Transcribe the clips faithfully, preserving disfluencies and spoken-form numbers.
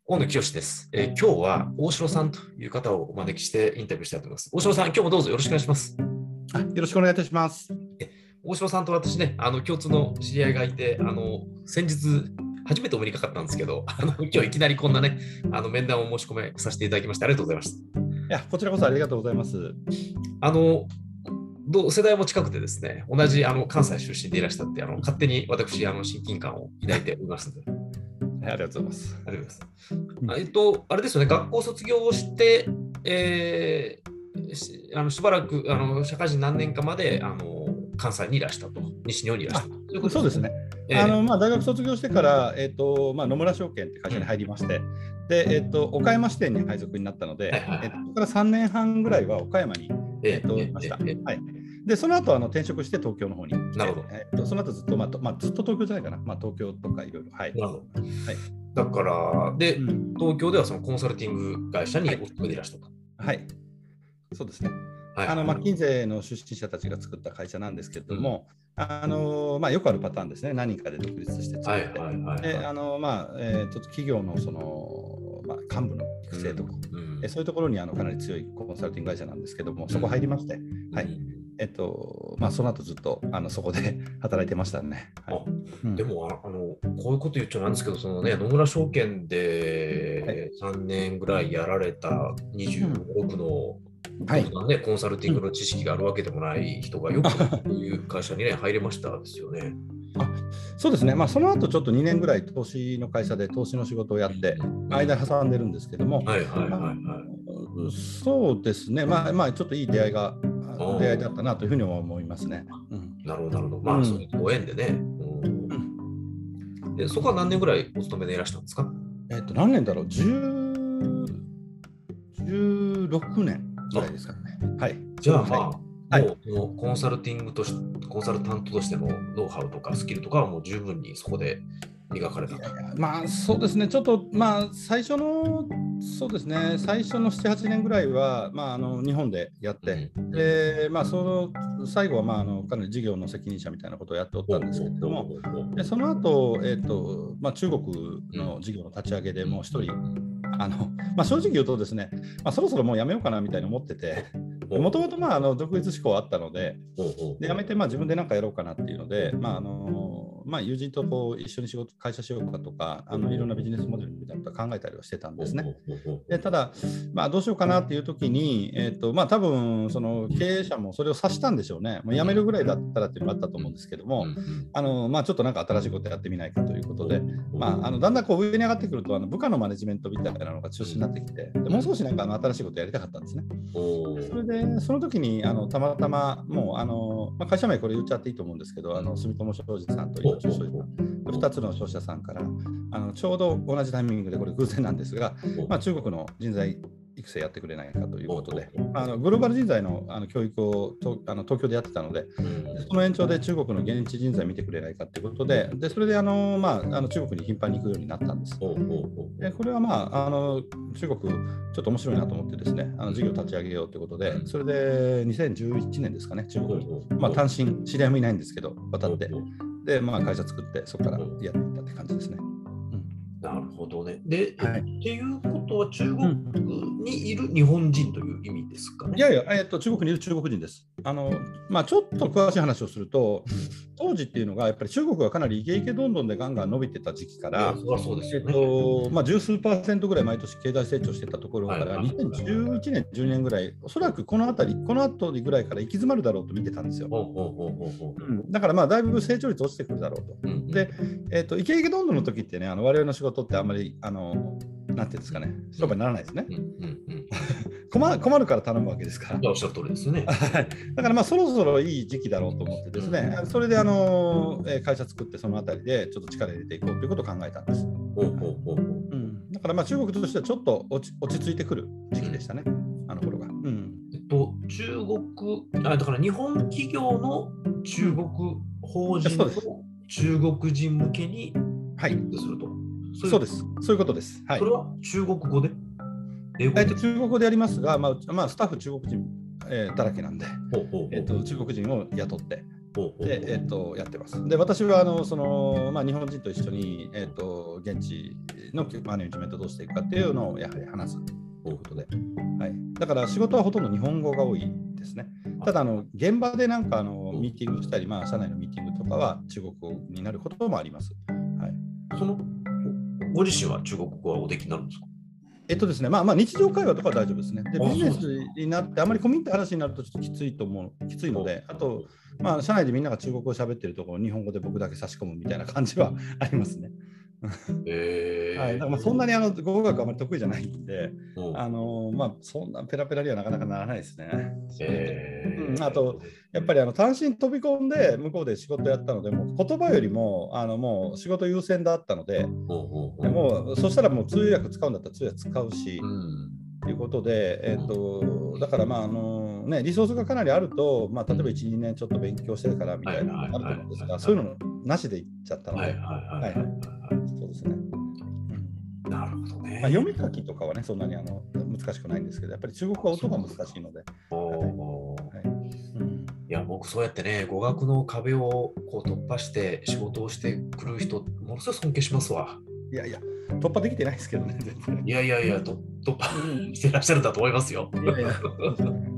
大野清です、えー。今日は大城さんという方をお招きしてインタビューしたいと思います。大城さん、今日もどうぞよろしくお願いします。 あ、よろしくお願いいたします。 え大城さんと私ね、あの共通の知り合いがいて、あの先日初めてお目にかかったんですけど、あの今日いきなりこんなね、あの面談を申し込めさせていただきましてありがとうございました。 いや、こちらこそありがとうございます。 あの世代も近くてですね、同じあの関西出身でいらしたって、あの勝手に私、あの親近感を抱いておりますので。 ありがとうございます。 ありがとうございます。えっと、あれですよね、学校卒業して、えー、しあのしばらくあの社会人何年かまであの関西にいらしたと、西日本にいらしたと。 そういうことですね。えー、あのまあ、大学卒業してから、えーとまあ、野村証券って会社に入りまして、うん、でえーと、岡山支店に配属になったので、はいはいはい、えーと、そこからさんねんはんぐらいは岡山に、えーとえー、いました。えーえーはい、でその後あの転職して東京の方に来て、 なるほど、 えーと、その後ずっと、まあまあ、ずっと東京じゃないかな、まあ、東京とかいろいろ。はい、なるほど、はい、 だからで、うん、東京ではそのコンサルティング会社にお勤めでいらしたと。 はい、はい、そうですね。あのマッキンゼーの出身者たちが作った会社なんですけれども、うん、あのまあ、よくあるパターンですね。何人かで独立して作って、であのまあえー、ちょっと企業のその、まあ、幹部の育成とか、うんうん、そういうところにあのかなり強いコンサルティング会社なんですけども、そこ入りまして、うん、はい、えっとまあ、その後ずっとあのそこで働いてましたね。はい、 あうん、でもあのこういうこと言っちゃなんですけど、そのね、野村証券でさんねんぐらいやられたにじゅうろくの、はいね、コンサルティングの知識があるわけでもない人がよくこういう会社に、ね、入れましたですよね。 あそうですね、まあ、その後ちょっとにねんぐらい投資の会社で投資の仕事をやって、間挟んでるんですけども、そうですね、まあ、まあちょっといい出会いが出会いだったなというふうに思いますね。 うん、なるほど、なるほど。まあ、うん、そういうご縁でね、うんうん。で、そこは何年ぐらいお勤めでいらしたんですか？ えっと、何年だろう、じゅうろくねんぐらいですかね。はい。 じゃあ、まあ、はい、もうコンサルティングとし、コンサルタントとしてのノウハウとかスキルとかはもう十分にそこで磨かれたと。 いやいや、まあそうですね、ちょっとまあ最初のそうですね、最初のななはちねんぐらいは、まあ、あの日本でやって、うん、でまあ、その最後は、まあ、あのかなり事業の責任者みたいなことをやっておったんですけれども、でその後、えーとまあ中国の事業の立ち上げでもう一人、あのまあ、正直言うとですね、まあ、そろそろもうやめようかなみたいに思ってて、もともと独立志向あったので、でやめてまあ自分で何かやろうかなっていうので、まああのまあ、友人とこう一緒に仕事会社しようかとか、あのいろんなビジネスモデルみたいなことを考えたりはしてたんですね。でただ、まあ、どうしようかなっていう時に、えーとまあ、多分その経営者もそれを察したんでしょうね。もう辞めるぐらいだったらっていうのがあったと思うんですけども、あの、まあ、ちょっとなんか新しいことやってみないかということで、まあ、あのだんだんこう上に上がってくるとあの部下のマネジメントみたいなのが中心になってきて、でもう少しなんかあの新しいことやりたかったんですね。それでその時にあのたまたまもうあの、まあ、会社名これ言っちゃっていいと思うんですけど、あの住友商事さんと東証商事さん、ふたつの商社さんからあのちょうど同じタイミングでこれ偶然なんですが、まあ、中国の人材育成やってくれないかということで、あのグローバル人材 の, あの教育をとあの東京でやってたので、その延長で中国の現地人材見てくれないかということで、でそれであの、まあ、あの中国に頻繁に行くようになったんです。でこれは、まあ、あの中国ちょっと面白いなと思ってですね、あの事業立ち上げようということで、それでにせんじゅういちねんですかね、中国に、まあ、単身、知り合いもいないんですけど、渡って、で、まあ、会社作って、そこからやっていったって感じですね。 なるほどね。で、はい、っていうことは中国にいる日本人という意味ですかね。 いやいや、えっと、中国にいる中国人です。あの、まあ、ちょっと詳しい話をすると、当時っていうのがやっぱり中国がかなりイケイケどんどんでガンガン伸びてた時期から、十数パーセントぐらい毎年経済成長してたところから、にせんじゅういちねん、じゅうねんぐらい、おそらくこのあたり、この後ぐらいから行き詰まるだろうと見てたんですよ。うん、だからまあだいぶ成長率落ちてくるだろうと。うん、で、えっと、イケイケどんどんの時ってね、あの我々の仕事ってあんまりあのなんていうんですかね、商売にならないですね。困, 困るから頼むわけですから。 いや、おっしゃる通りですね。 だからまあそろそろいい時期だろうと思ってですね、それであの会社作ってそのあたりでちょっと力入れていこうということを考えたんです。だからまあ中国としてはちょっと落 ち, 落ち着いてくる時期でしたね、うん、あの頃が。うん、 えっと中国あだから日本企業の中国法人と中国人向けにはいすると。 そうです。そういうことです。はい、 それは中国語で英語で中国語でやりますが、まあまあ、スタッフ中国人、えー、だらけなんで、ほうほうほうえー、と中国人を雇ってで、えー、とやってます。で、私はあのその、まあ、日本人と一緒に、えー、と現地のマネジメントどうしていくかっていうのをやはり話すということで、はい、だから仕事はほとんど日本語が多いですね。ただあの、現場でなんかあのミーティングしたり、まあ、社内のミーティングとかは中国語になることもあります。はい、 そのご自身は中国語はおできになるんですか？ えっとですね、まあまあ日常会話とかは大丈夫ですね。で、ビジネスになって、あまり込み入った話になるとちょっときついと思う、きついので、あと、まあ、社内でみんなが中国語を喋ってるところ、日本語で僕だけ差し込むみたいな感じはありますね。 えー、 はい、だからまあそんなにあの語学あまり得意じゃないんで、あのまあ、そんなペラペラにはなかなかならないですね。えーうん、あと、やっぱりあの単身飛び込んで向こうで仕事やったので、もう言葉よりもあのもう仕事優先だったので、もうそしたらもう通訳使うんだったら通訳使うし、ということで、えー、とだからまああの、ね、リソースがかなりあると、まあ、例えばいち、にねんちょっと勉強してるからみたいなのがあると思うんですが、そういうのなしでいっちゃったので、そうですね。 なるほどね。 まあ、読み書きとかはね、そんなにあの難しくないんですけど、やっぱり中国は音が難しいので。 いや、僕そうやってね、語学の壁をこう突破して仕事をしてくる人、ものすごい尊敬しますわ。 いやいや、突破できてないですけどね、全然。 いやいやいや、と突破してらっしゃるんだと思いますよ。 いやいや。うん、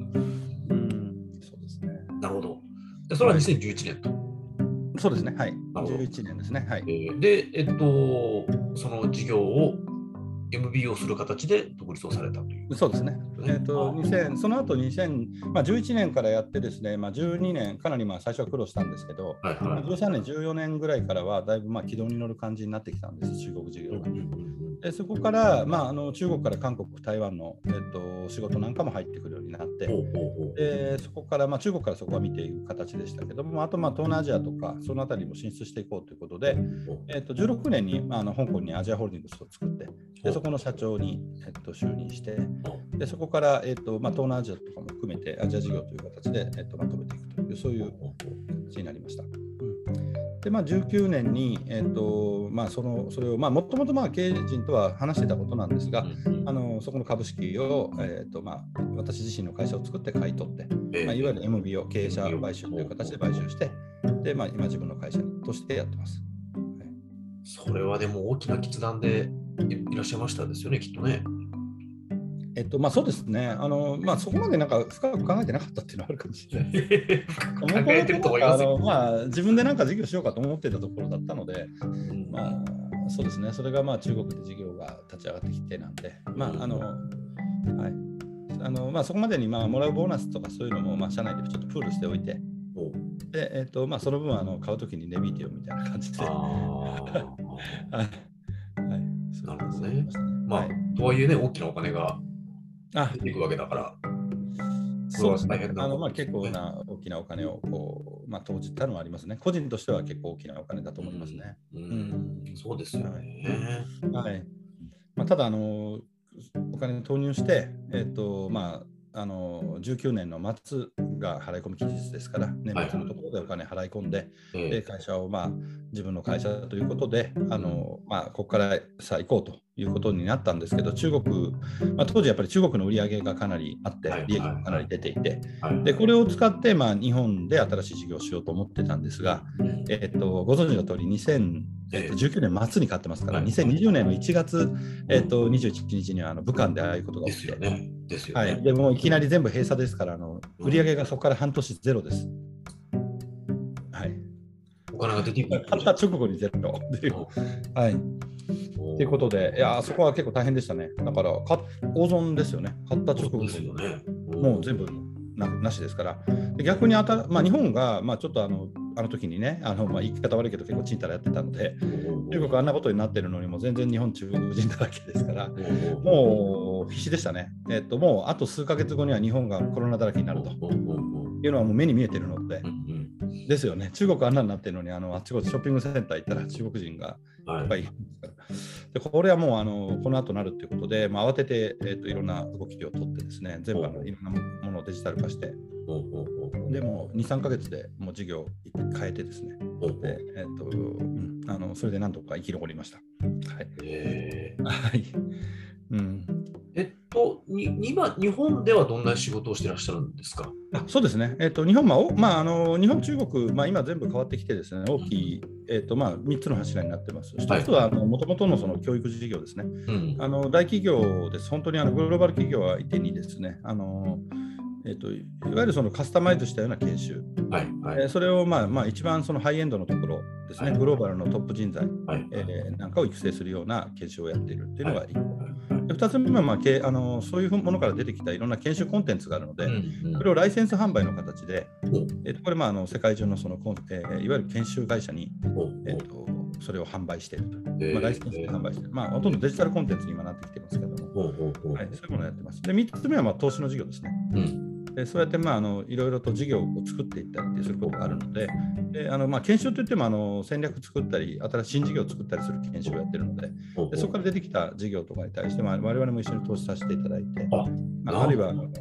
そうですね。 なるほど。でそれはにせんじゅういちねんと。 そうですね、はい。じゅういちねんですね。はい。 えー、で、えっと、その事業を エムビーオー する形で独立をされたという。 そうですね。えー、とにせんその後にせんじゅういちねんからやってですね、まあ、じゅうにねん、かなりまあ最初は苦労したんですけど、はいはい、じゅうさんねん、じゅうよねんぐらいからはだいぶまあ軌道に乗る感じになってきたんです、中国事業が。でそこから、まあ、あの中国から韓国、台湾の、えー、と仕事なんかも入ってくるようになって、でそこから、まあ、中国からそこは見ていく形でしたけども、あとまあ東南アジアとか、そのあたりにも進出していこうということで、えー、とじゅうろくねんに、まあ、あの香港にアジアホールディングスを作って、でそこの社長に、えっと、就任して、でそこから、えっとまあ、東南アジアとかも含めてアジア事業という形で、えっと、まとめていくという、そういう形になりました。うん、で、まあ、じゅうきゅうねんに、えっとまあ、そのそれを、もともと経営陣とは話してたことなんですが、あのそこの株式を、えっとまあ、私自身の会社を作って買い取って、まあ、いわゆる エムビーオー、経営者買収という形で買収して、でまあ、今自分の会社としてやってます。 それはでも大きな決断でいらっしゃいましたですよね、きっとね。 えっとまあ、そうですね、あのまあ、そこまでなんか深く考えてなかったっていうのはあるかもしれない。考えてると思いますよ。まあ、自分でなんか事業しようかと思ってたところだったので、うん、まあ、そうですね、それがまあ中国で事業が立ち上がってきてなんで、まああのはいあのまあ、そこまでにまあもらうボーナスとかそういうのもまあ社内でちょっとプールしておいて、でえっとまあ、その分あの買うときに値引いてよみたいな感じで。はいはい、 なるほどね。まあ、はい、とはいえね、大きなお金が出ていくわけだから、 そうですね。あのまあ結構な大きなお金をこう、まあ、投じたのはありますね。個人としては結構大きなお金だと思いますね。 うん、うんうん、そうですよね。 はい。はい、まあ、ただあのお金投入して、えっとまああのじゅうきゅうねんの末が払い込み期日ですから、年末のところでお金払い込んで、はいはい、で会社を、まあ、自分の会社ということで、あのまあ、ここからさあ行こうということになったんですけど、中国、まあ、当時やっぱり中国の売り上げがかなりあって、利益もかなり出ていて、でこれを使って、まあ、日本で新しい事業をしようと思ってたんですが、えっと、ご存知の通りにせんじゅうきゅうねん末に買ってますから、にせんにじゅうねんのいちがつ、えっと、にじゅういちにちにはあの武漢でああいうことが起きて、 ですよね。 はい、でもいきなり全部閉鎖ですから、あの売り上げがそこから半年ゼロです。はい。 お金が出てくる。 買った直後にゼロっていう。はい。ということで、いや、そこは結構大変でしたね。だから、大損ですよね。買った直後ですよね。 もう全部な, なしですから。で逆にあた、まあ、日本が、まあ、ちょっとあのあの時にね、あのまあ、言い方悪いけど結構ちんたらやってたので、中国あんなことになってるのにも全然日本中国人だらけですから、もう必死でしたね。えっと、もうあと数ヶ月後には日本がコロナだらけになるというのはもう目に見えてるので、ですよね。中国あんなになってるのに、あのあっちこっちショッピングセンター行ったら中国人がいっぱいいるんですから。でこれはもうあのこの後なるということで、まあ、慌てて、えー、といろんな動きを取ってですね、全部あのいろんなものをデジタル化して、でもに、さんかげつでもう事業を変えてですね、でえーとうん、あのそれでなんとか生き残りました。はい。 えーはいうん、 えっと、 に今、日本ではどんな仕事をしてらっしゃるんですか？ あそうですね、えっと、日本、まあおまあ、あの日本、中国、まあ、今全部変わってきてですね、大きい、えっとまあ、みっつの柱になってます。一つはもともとのその教育事業ですね。うん、あの大企業です。本当にあのグローバル企業相手にですね、あのえっと、いわゆるそのカスタマイズしたような研修、はいはい、えー、それを、まあまあ、一番そのハイエンドのところですね、はい、グローバルのトップ人材、はいえー、なんかを育成するような研修をやっているというのがいっこ、はい、ふたつめは、まあ、けあのそういうものから出てきたいろんな研修コンテンツがあるので、うんうん、これをライセンス販売の形で、えー、とこれ、まあ、あの世界中のその、えー、いわゆる研修会社に、えー、とそれを販売していると、えーまあ、ライセンスで販売している、まあ、ほとんどデジタルコンテンツに今なってきてますけども、はい、そういうものをやってます。で、みっつめは、まあ、投資の事業ですね。うんでそうやって、まあ、あのいろいろと事業を作っていったりすることがあるので、であのまあ、研修といってもあの戦略作ったり、新しい新事業を作ったりする研修をやっているの で, で、そこから出てきた事業とかに対して、まあ、我々も一緒に投資させていただいて、あ, まあ、あるいは、はい、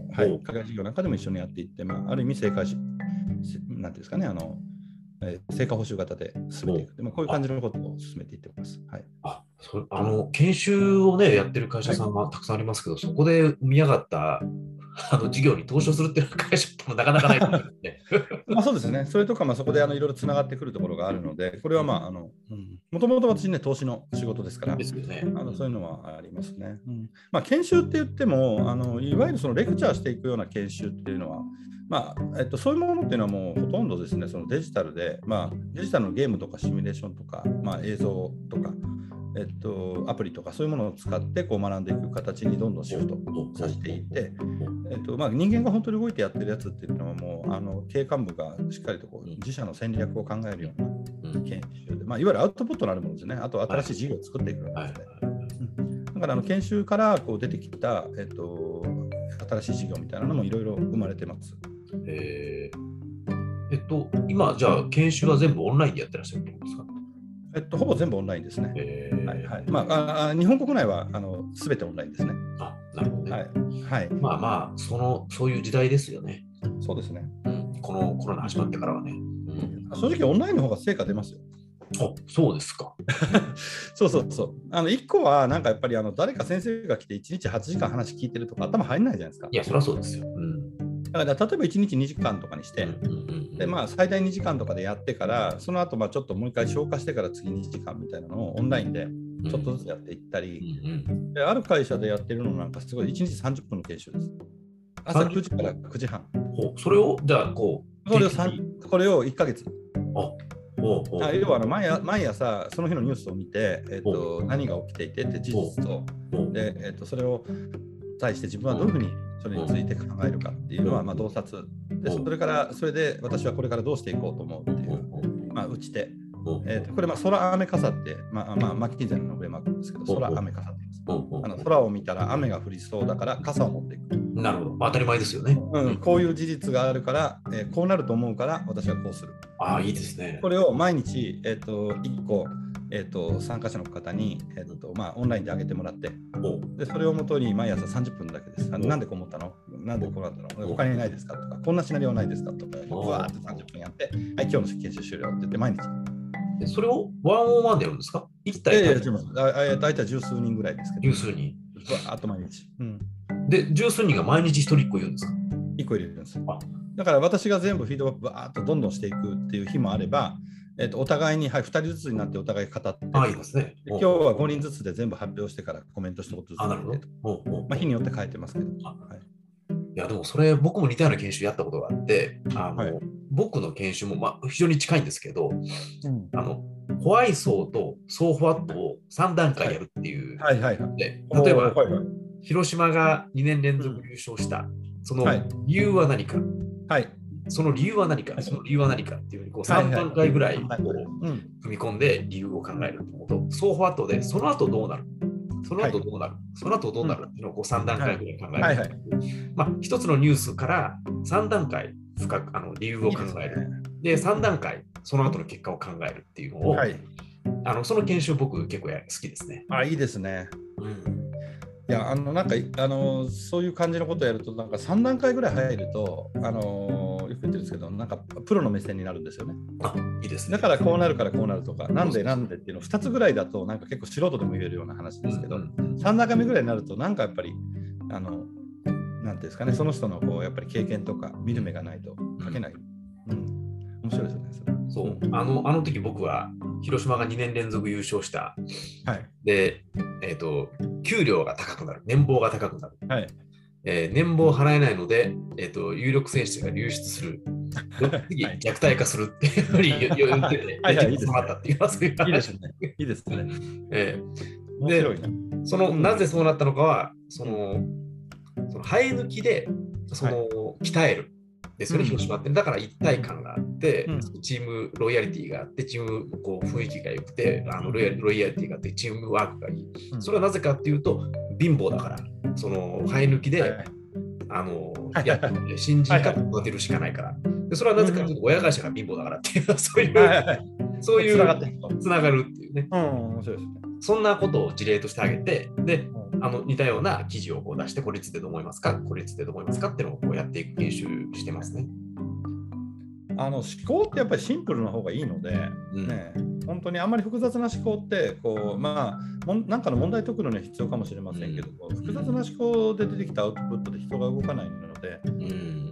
課外事業なんかでも一緒にやっていって、まあ、ある意味成果し、なんていうんですかね、あの成果報酬型で進めていく、でまあ、こういう感じのことを進めていってます。はい、 あそあの研修を、ね、やってる会社さんはたくさんありますけど、はい、そこで生み上がったあの事業に投資をするっていう会社もなかなかないですね。 まあそうですね。それとか、まあ、そこであのいろいろつながってくるところがあるので、これはまあ、あの、もともと私ね、投資の仕事ですから、ですよね、あのそういうのはありますね。うんまあ、研修って言ってもあの、いわゆるそのレクチャーしていくような研修っていうのは、まあえっと、そういうものっていうのはもうほとんどですね、そのデジタルで、まあ、デジタルのゲームとかシミュレーションとか、まあ、映像とか、えっと、アプリとかそういうものを使ってこう学んでいく形にどんどんシフトさせていって、えっとまあ、人間が本当に動いてやってるやつっていうのはもうあの経営幹部がしっかりとこう自社の戦略を考えるような研修で、まあ、いわゆるアウトプットのあるものですね。あと新しい事業を作っていくわけですね。だからあの研修からこう出てきた、えっと、新しい事業みたいなのもいろいろ生まれてます。 えー、えっと今じゃあ研修は全部オンラインでやってらっしゃるんですか？ えっと、ほぼ全部オンラインですね。えーはいはいまあ、あ日本国内はあの全てオンラインですね。 あ、なるほどね。 はいはい、 まあまあその、そういう時代ですよね。 そうですね。 うん、このコロナ始まってからはね。 うん、正直オンラインの方が成果出ますよ。 あ、そうですか。 そうそうそう。あのいっこはなんかやっぱりあの誰か先生が来ていちにちはちじかん話聞いてるとか頭入んないじゃないですか。 いや、そりゃそうですよ。うんだから例えばいちにちにじかんとかにして、うんうんうん、でまあ、最大にじかんとかでやってから、その後まあちょっともう一回消化してから次にじかんみたいなのをオンラインでちょっとずつやっていったり、うんうん、である会社でやってるのなんかすごいいちにちさんじゅっぷんの研修です。朝くじからくじはん。 それをじゃあこうそれをこれをいっかげつ。 あおうおうあ要はあの 毎, 毎朝その日のニュースを見て、えー、と何が起きていてって事実とで、えー、とそれを対して自分はどういうふうにそれについて考えるかっていうのはまあ洞察で、それからそれで私はこれからどうしていこうと思うっていう、まあ、打ち手、えー、とこれまあ空雨傘って、まあまあ、マッキンゼンのフレームワークですけど、空雨傘って言います。あの空を見たら雨が降りそうだから傘を持っていく。 なるほど、当たり前ですよね。 うん、こういう事実があるから、えー、こうなると思うから私はこうする。 ああ、いいですね。 これを毎日、えー、といっこ、えー、と参加者の方に、えーとまあ、オンラインで上げてもらって、でそれをもとに毎朝さんじゅっぷんだけです。あのなんでこう思ったの？なんでこうなったの？他にないですかとか、こんなシナリオないですかとか、ぶわーってさんじゅっぷんやって、はい、今日の研修終了って言って毎日。 それをワンオンワンでやるんですか？いち対いやいや、違います。大体十数人ぐらいですけど。 十数人。 あと毎日。うん、 で、十数人が毎日一人一個言うんですか？ 一個入れるんです。あだから私が全部フィードバックバーっとどんどんしていくっていう日もあれば、えー、とお互いに、はい、ふたりずつになってお互い語って、 あいいですね、 今日はごにんずつで全部発表してからコメント一言ずつ、 あなるほど、 まあ、日によって変えてますけど、はい、 いやでもそれ僕も似たような研修やったことがあって、あの、はい、僕の研修も、まあ、非常に近いんですけど、うん、あのホワイソーとソーフワットをさん段階やるっていう、 はいはいはいはい、 で例えば、はいはい、広島がにねん連続優勝した、うん、その理由は何か、はいその理由は何か、その理由は何かっていうふうにこうさん段階ぐらいこう踏み込んで理由を考えると、ソーファットでその後どうなる、その後どうなる、その後どうなるっていうのをこうさん段階ぐらい考える。はいはい、まあ一つのニュースからさん段階深くあの理由を考える。いいですね、でさん段階その後の結果を考えるっていうのを、はい、あのその研修僕結構好きですね。 あ、いいですね。うんいやあのなんかあのそういう感じのことをやるとなんかさん段階ぐらい入るとあのよく言ってるんですけどなんかプロの目線になるんですよね。 あいいですね。 だからこうなるからこうなるとかなんでなんでっていうのふたつぐらいだとなんか結構素人でも言えるような話ですけど、うんうん、さん段階目ぐらいになるとなんかやっぱりあのなんていうんですかね、その人のこうやっぱり経験とか見る目がないと書けない。うん、うん、面白いですよね。それそう、あの、あの時僕は広島がにねん連続優勝した。 はい。 で、えっ、ー、と、給料が高くなる、年俸が高くなる。 はい。 えー、年俸を払えないので、えーと、有力選手が流出する。次、はい、弱体化するっていうふうに言ってて、 はいはい、いいですね。 ったっていうそういういいですね。いいですね。 えー、 面白いな。 その、うん、なぜそうなったのかは、その、うん、その生え抜きで、その、はい、鍛える。ですよね、広島って。だから一体感があって、うん、チームロイヤリティがあって、チームこう雰囲気が良くて、あのロイヤリロイヤリティがあって、チームワークがいい。それはなぜかっていうと、貧乏だから、その生え抜きで、はい、あのやってる新人から育てるしかないから。でそれはなぜかというと、親会社が貧乏だからっていう、そういう、はいはい、そういうつながるっていうね。 うん、面白いですね。 そんなことを事例としてあげて、で、あの似たような記事をこう出して、孤立でどう思いますか、孤立でどう思いますかっていうのをこうやっていく研修してますね。 あの思考ってやっぱりシンプルな方がいいので、うん、ね、本当にあんまり複雑な思考ってこう、まあ、なんかの問題解くのには必要かもしれませんけど、うん、複雑な思考で出てきたアウトプットで人が動かないので、うん、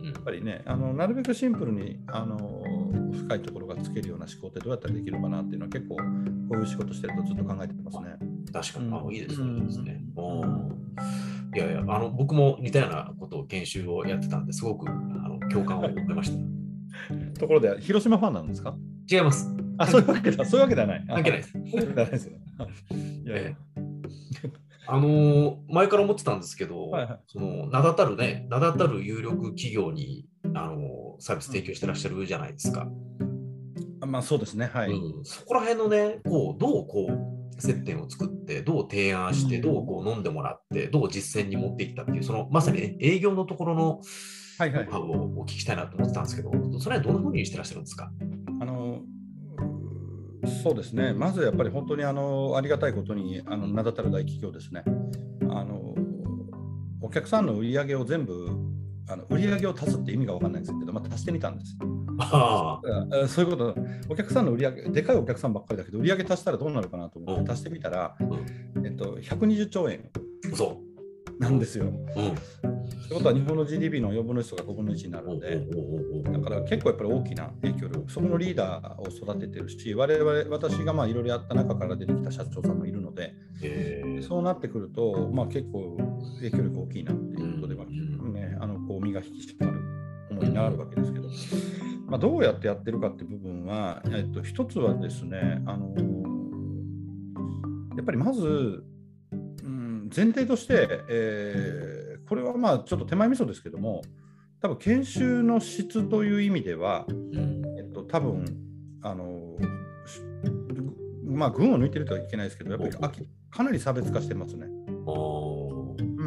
やっぱりね、あのなるべくシンプルにあの深いところがつけるような思考ってどうやったらできるかなっていうのは結構こういう仕事してるとずっと考えてますね。 確かに、あ、いいですね。いいですね。いやいや、あの僕も似たようなことを研修をやってたんですごくあの共感を覚えました。 ところで、広島ファンなんですか？ 違います。 あ、そういうわけだ、そういうわけではない。 関係ないです。 そういうわけではないですよね。いやいや。 あのー、前から思ってたんですけど、はいはい、その名だたるね、名だたる有力企業に、あのー、サービス提供してらっしゃるじゃないですか。 うん、まあそうですね、はい。 うん、そこら辺のね、こうどうこう接点を作って、どう提案して、どうこう飲んでもらって、どう実践に持っていったっていう、そのまさに、ね、営業のところのノウハウをお聞きしたいなと思ってたんですけど、それはどんなふうにしてらっしゃるんですか？ あのそうですね、まずやっぱり本当にあのありがたいことにあの名だたる大企業ですね、あのお客さんの売り上げを全部あの売り上げを足すって意味が分かんないんですけど、まあ、足してみたんです。ああそういうこと、お客さんの売り上げ、でかいお客さんばっかりだけど、売り上げ足したらどうなるかなと思って足してみたら、うん、えっと、ひゃくにじゅっちょうえんなんですよ。うん、ということは日本の ジーディーピー のよんぶんのいちとかごぶんのいちになるので、だから結構やっぱり大きな影響力、そこのリーダーを育ててるし、我々、私がまあいろいろやった中から出てきた社長さんもいるので、そうなってくると、まあ、結構影響力大きいなっていうことで、まあね、あのこう身が引き締まる思いになるわけですけど、まあ、どうやってやってるかっていう部分は、えっと、一つはですね、あのやっぱりまず、前提として、えー、これはまあちょっと手前味噌ですけども、多分研修の質という意味では、えっと、多分あのまあ群を抜いてるとはいけないですけど、やっぱりかなり差別化してますね。うん、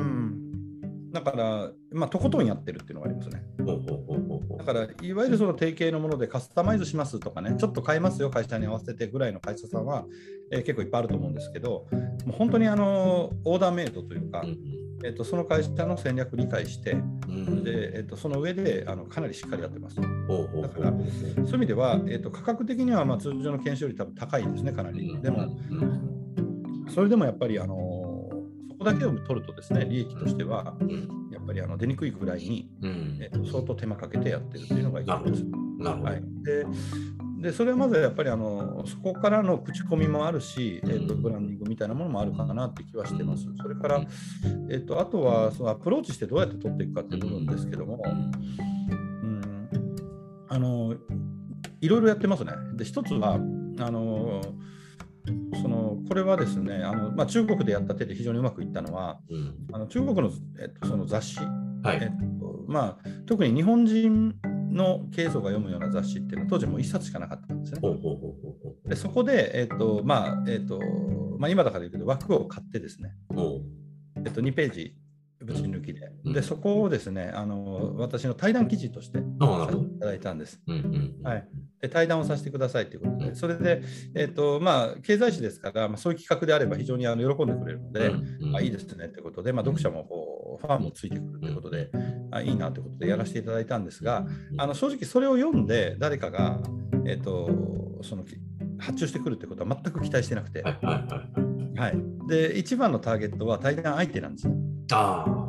だから、まあ、とことんやってるっていうのがありますね。だからいわゆるその定型のものでカスタマイズしますとかね、ちょっと変えますよ会社に合わせてぐらいの会社さんは、えー、結構いっぱいあると思うんですけど、もう本当にあのオーダーメイドというか、えー、とその会社の戦略理解して、でえー、とその上であのかなりしっかりやってます。だからそういう意味では、えー、と価格的にはまあ通常の研修より多分高いですね、かなり。でもそれでもやっぱりあのそこだけを取るとですね、利益としてはやっぱりあの出にくいぐらいに、えー、と相当手間かけてやってるっていうのが一番です。はい、ででそれはまずやっぱりあのそこからの口コミもあるし、えー、とブランディングみたいなものもあるかなって気はしてます。それから、えー、とあとはそのアプローチしてどうやって取っていくかっていう部分ですけども、うん、あのいろいろやってますね。で一つはあのそのこれはですね、あの、まあ、中国でやった手で非常にうまくいったのは、うん、あの中国の、えっと、その雑誌、はい、えっとまあ、特に日本人の経営層が読むような雑誌っていうのは当時もういっさつしかなかったんですね。でそこで、えっとまあえっとまあ、今だから言うけど枠を買ってですね、えっと、にページぶち抜きで、うん、でそこをですね、あの私の対談記事としてさせていただいたんです。はい、で対談をさせてくださいということで、それで、えーとまあ、経済誌ですから、まあ、そういう企画であれば非常にあの喜んでくれるので、うん、あいいですねということで、まあ、読者もこうファンもついてくるということで、あいいなということでやらせていただいたんですが、あの正直それを読んで誰かが、えーとその発注してくるということは全く期待してなくて、はい、で一番のターゲットは対談相手なんですね。あ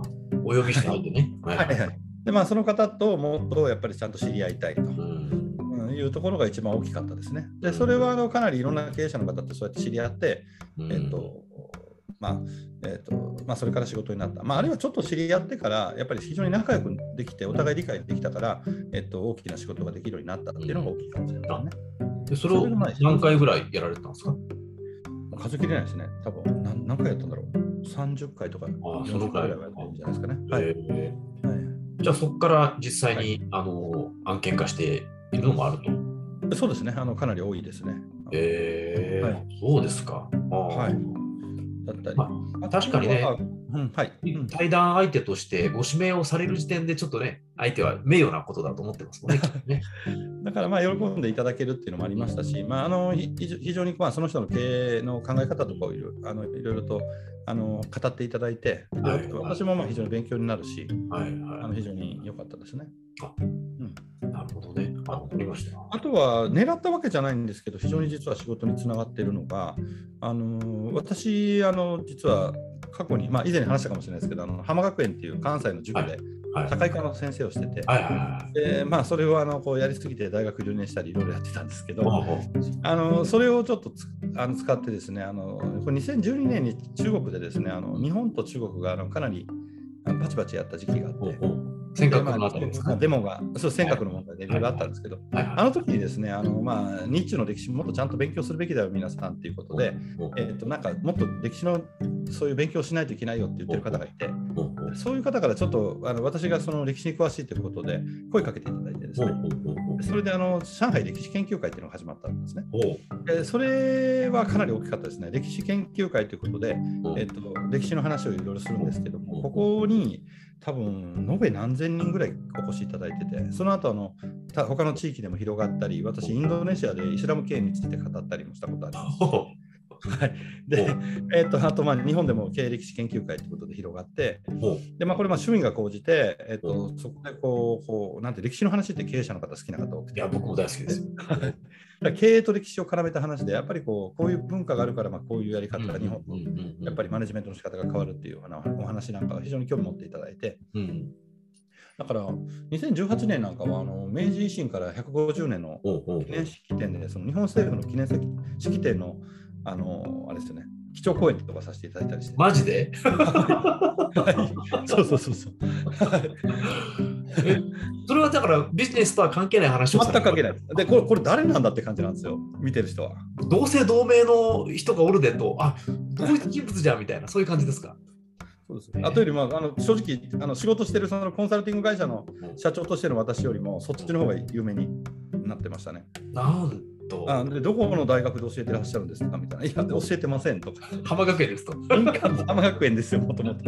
お呼びした相手ね。 はいはいはい。で、まあ、その方ともっとやっぱりちゃんと知り合いたいと。うんいうところが一番大きかったですね。で、それはあのかなりいろんな経営者の方とそうやって知り合って、えっと、まあ、えっと、まあ、それから仕事になった。まあ、あるいはちょっと知り合ってから、やっぱり非常に仲良くできて、お互い理解できたから、えっと、大きな仕事ができるようになったっていうのが大きいかもしれないですね。 で、それを何回ぐらいやられたんですか？ 数えきれないですね。多分何、何回やったんだろう。さんじゅっかいとかよんじゅっかいぐらいはやってるんじゃないですかね。はい。えーはい、じゃあ、そこから実際に、はい、あの案件化しているのもあると。 そうですね。あのかなり多いですね。 えーはい、そうですか。あはい。 だったり。 まあ、確かにね、 うんはい、 対談相手としてご指名をされる時点でちょっとね、相手は名誉なことだと思ってますもんね。ねだからまあ喜んでいただけるっていうのもありましたし、まあ、あの非常にまあその人の経営の考え方とかをいろあのいろいろとあの語っていただいて、はい、私もまあ非常に勉強になるし、はいはい、あの非常に良かったですね。 あうん、なるほどね。あ、わかりました。 あとは狙ったわけじゃないんですけど、非常に実は仕事につながっているのが、あの私あの実は過去に、まあ、以前に話したかもしれないですけど、あの浜学園っていう関西の塾で社会科の先生をしてて、でまあ、それをあのこうやりすぎて大学留年したりいろいろやってたんですけど、あのそれをちょっとつあの使ってですね、あのこれにせんじゅうにねんに中国でですね、あの日本と中国があのかなりバチバチやった時期があって。 尖閣のあたりですか、 デモが、そう尖閣の問題でいろいろあったんですけど、はいはいはい、あの時にですね、あのまあ、日中の歴史もっとちゃんと勉強するべきだよ、皆さんということで、えー、となんかもっと歴史のそういう勉強しないといけないよって言ってる方がいて、そういう方からちょっとあの私がその歴史に詳しいということで声かけていただいてですね、それであの上海歴史研究会っていうのが始まったんですね。でそれはかなり大きかったですね。歴史研究会ということで、えー、と歴史の話をいろいろするんですけども、ここに多分延べ何千人ぐらいお越しいただいてて、その後あの他の地域でも広がったり、私インドネシアでイスラム経営について語ったりもしたことあります。はい、で、えー、とあとまあ日本でも経営歴史研究会ということで広がって、でまあ、これまあ趣味が高じて、えー、とそこでこうこうなんて歴史の話って経営者の方好きな方多くて、 いや僕も大好きです。 経営と歴史を絡めた話で、やっぱりこうこういう文化があるから、まあこういうやり方が日本とやっぱりマネジメントの仕方が変わるっていうようなお話なんかは非常に興味持っていただいて、うん、だからにせんじゅうはちねんなんかはあの明治維新からひゃくごじゅうねんの記念式典で、その日本政府の記念式典のあのあれですよね、基調講演とかさせていただいたりして。 マジで？ はい、そうそうそうそう。 えそれはだからビジネスとは関係ない話を全く関係ないです。でこれ、これ誰なんだって感じなんですよ、見てる人は。 同姓同名の人がおるでと、あ、同一人物じゃんみたいな、そういう感じですか？ そうですね、あとよりもあの正直あの仕事してるそのコンサルティング会社の社長としての私よりもそっちの方が有名になってましたね。 なんとあでどこの大学で教えてらっしゃるんですかみたいな。いや教えてませんとか。 浜学園ですと。 浜学園ですよもともと。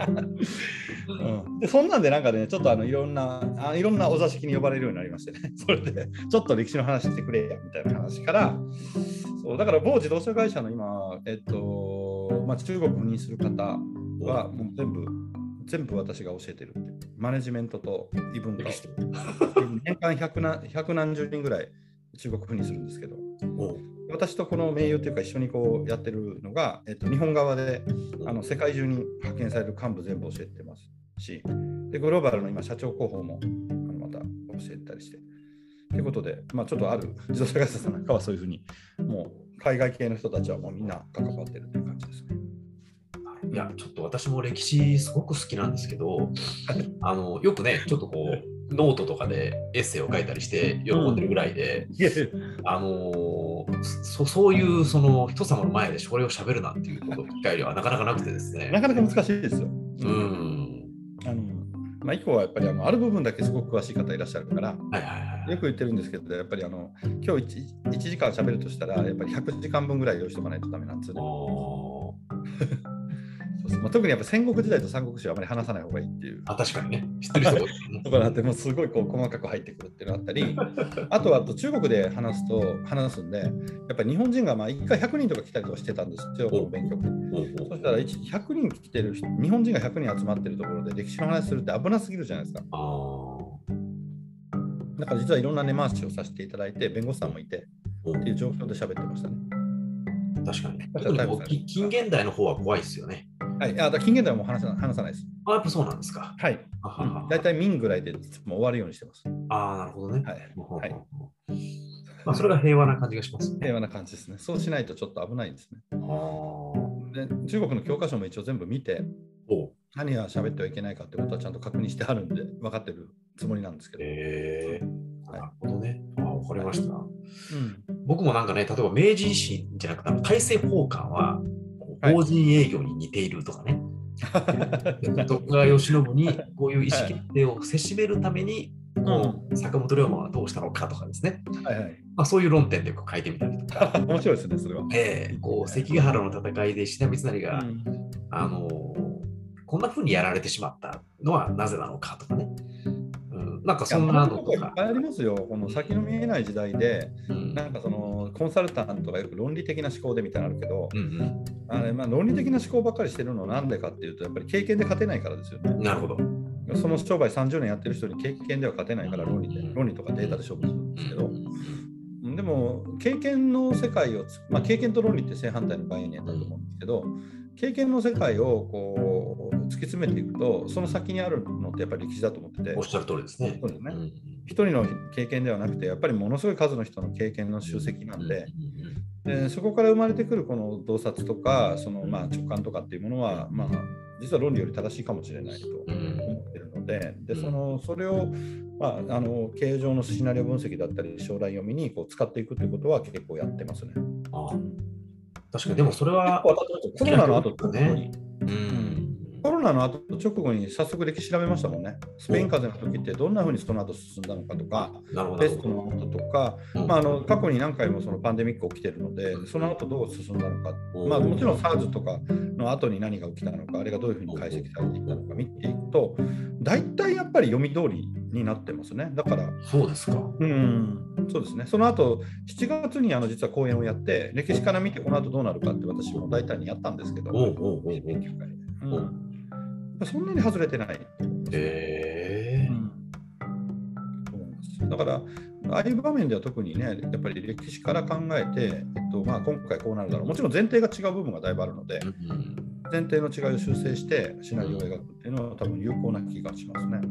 でそんなんでなんかねちょっとあのいろんなあいろんなお座敷に呼ばれるようになりましてね。それでちょっと歴史の話してくれやみたいな話から、そうだから某自動車会社の今えっとまあ中国にする方はもう全部全部私が教えてるっていうマネジメントと異文化を年間百何百何十人ぐらい中国風にするんですけど、私とこの盟友というか一緒にこうやってるのが、えっと、日本側であの世界中に派遣される幹部全部教えてますし、でグローバルの今社長候補もあのまた教えたりしてということで、まあ、ちょっとある自動車会社さんなんかはそういうふうにもう海外系の人たちはもうみんな関わってるという感じですね。 いやちょっと私も歴史すごく好きなんですけど、あのよくねちょっとこうノートとかでエッセイを書いたりして喜んでるぐらいで、うん、あの そ, そういうその人様の前でこれを喋るなんていうこと機会はなかなかなくてですね。 なかなか難しいですよ。 うん。 あのまあ、以降はやっぱりあのある部分だけすごく詳しい方いらっしゃるから、はいはいはい、よく言ってるんですけど、やっぱりあの今日 1, いちじかん喋るとしたらやっぱりひゃくじかんぶんぐらい用意しておかないとダメなんですよね。まあ、特にやっぱ戦国時代と三国志はあまり話さない方がいいっていう。 あ、確かにね。知ってる人が多いですね。 とかなってもうすごいこう細かく入ってくるっていうのがあったり、あとはあと中国で話すと話すんで、やっぱり日本人がまあいっかいひゃくにんとか来たりとかしてたんですよ、この勉強会。そしたらひゃくにん来てる人、日本人がひゃくにん集まってるところで歴史の話するって危なすぎるじゃないですか。だから実はいろんな根回しをさせていただいて、弁護士さんもいてっていう状況で喋ってましたね。 確かに。近現代の方は怖いですよね。 はい、あだから近現代はもう話さ話さないです。 あ、やっぱそうなんですか。 はい。大体、うん、民ぐらいでもう終わるようにしてます。 ああ、なるほどね。 はい。はい、 まあ、それが平和な感じがします、ね。 平和な感じですね。そうしないとちょっと危ないんですね。あで中国の教科書も一応全部見て、何が喋ってはいけないかってことはちゃんと確認してあるんで、分かってるつもりなんですけど。 へえー、なるほどね。あ、わかりました、はい。 うん、 僕もなんかね、例えば明治維新じゃなくて、大政奉還は法人営業に似ているとかね。はい、徳川慶喜にこういう意思決定をせしめるために、こう坂本龍馬はどうしたのかとかですね。はいはい、まあ、そういう論点で書いてみたりとか。 面白いですね、それは。 えー、こう関ヶ原の戦いで石田三成が、うん、あのー、こんな風にやられてしまったのはなぜなのかとかね。うん、なんかそんなのとか。 いっぱいありますよ。この先の見えない時代で、うん、なんかそのコンサルタントがよく論理的な思考でみたいなのあるけど、うんうん、あれまあ論理的な思考ばっかりしてるのはなんでかっていうと、やっぱり経験で勝てないからですよね。 なるほど。 その商売さんじゅうねんやってる人に経験では勝てないから論理で、論理とかデータで勝負するんですけど、でも経験の世界を、まあ、経験と論理って正反対の概念だと思うんですけど、経験の世界をこう突き詰めていくと、その先にあるのってやっぱり歴史だと思ってて。 おっしゃる通りですね。 そうですね。うん、一人の経験ではなくて、やっぱりものすごい数の人の経験の集積なんで、でそこから生まれてくるこの洞察とか、そのまあ直感とかっていうものは、まあ、実は論理より正しいかもしれないと思ってるので、でそのそれを、まあ、あの経営上のシナリオ分析だったり、将来読みにこう使っていくということは結構やってますね。 ああ、確かに、でもそれはコロナの後とね、うん、コロナの後直後に早速歴史調べましたもんね。スペイン風邪の時ってどんなふうにその後進んだのかとか、ペストの後とか、まあ、あの過去に何回もそのパンデミック起きてるので、その後どう進んだのか、まあ、もちろん SARS とかの後に何が起きたのか、あれがどういうふうに解析されていったのか見ていくと、大体やっぱり読み通りになってますね。だから、 そうですか。 うん、そうですね。その後しちがつにあの実は講演をやって、歴史から見てこの後どうなるかって私も大胆にやったんですけど、研究会で。うん、そんなに外れてない。 へー、うん、 そうなんです。だから、ああいう場面では特にね、やっぱり歴史から考えて、えっとまあ、今回こうなるだろう。もちろん前提が違う部分がだいぶあるので、うん、前提の違いを修正してシナリオを描くっていうのは多分有効な気がしますね。うん、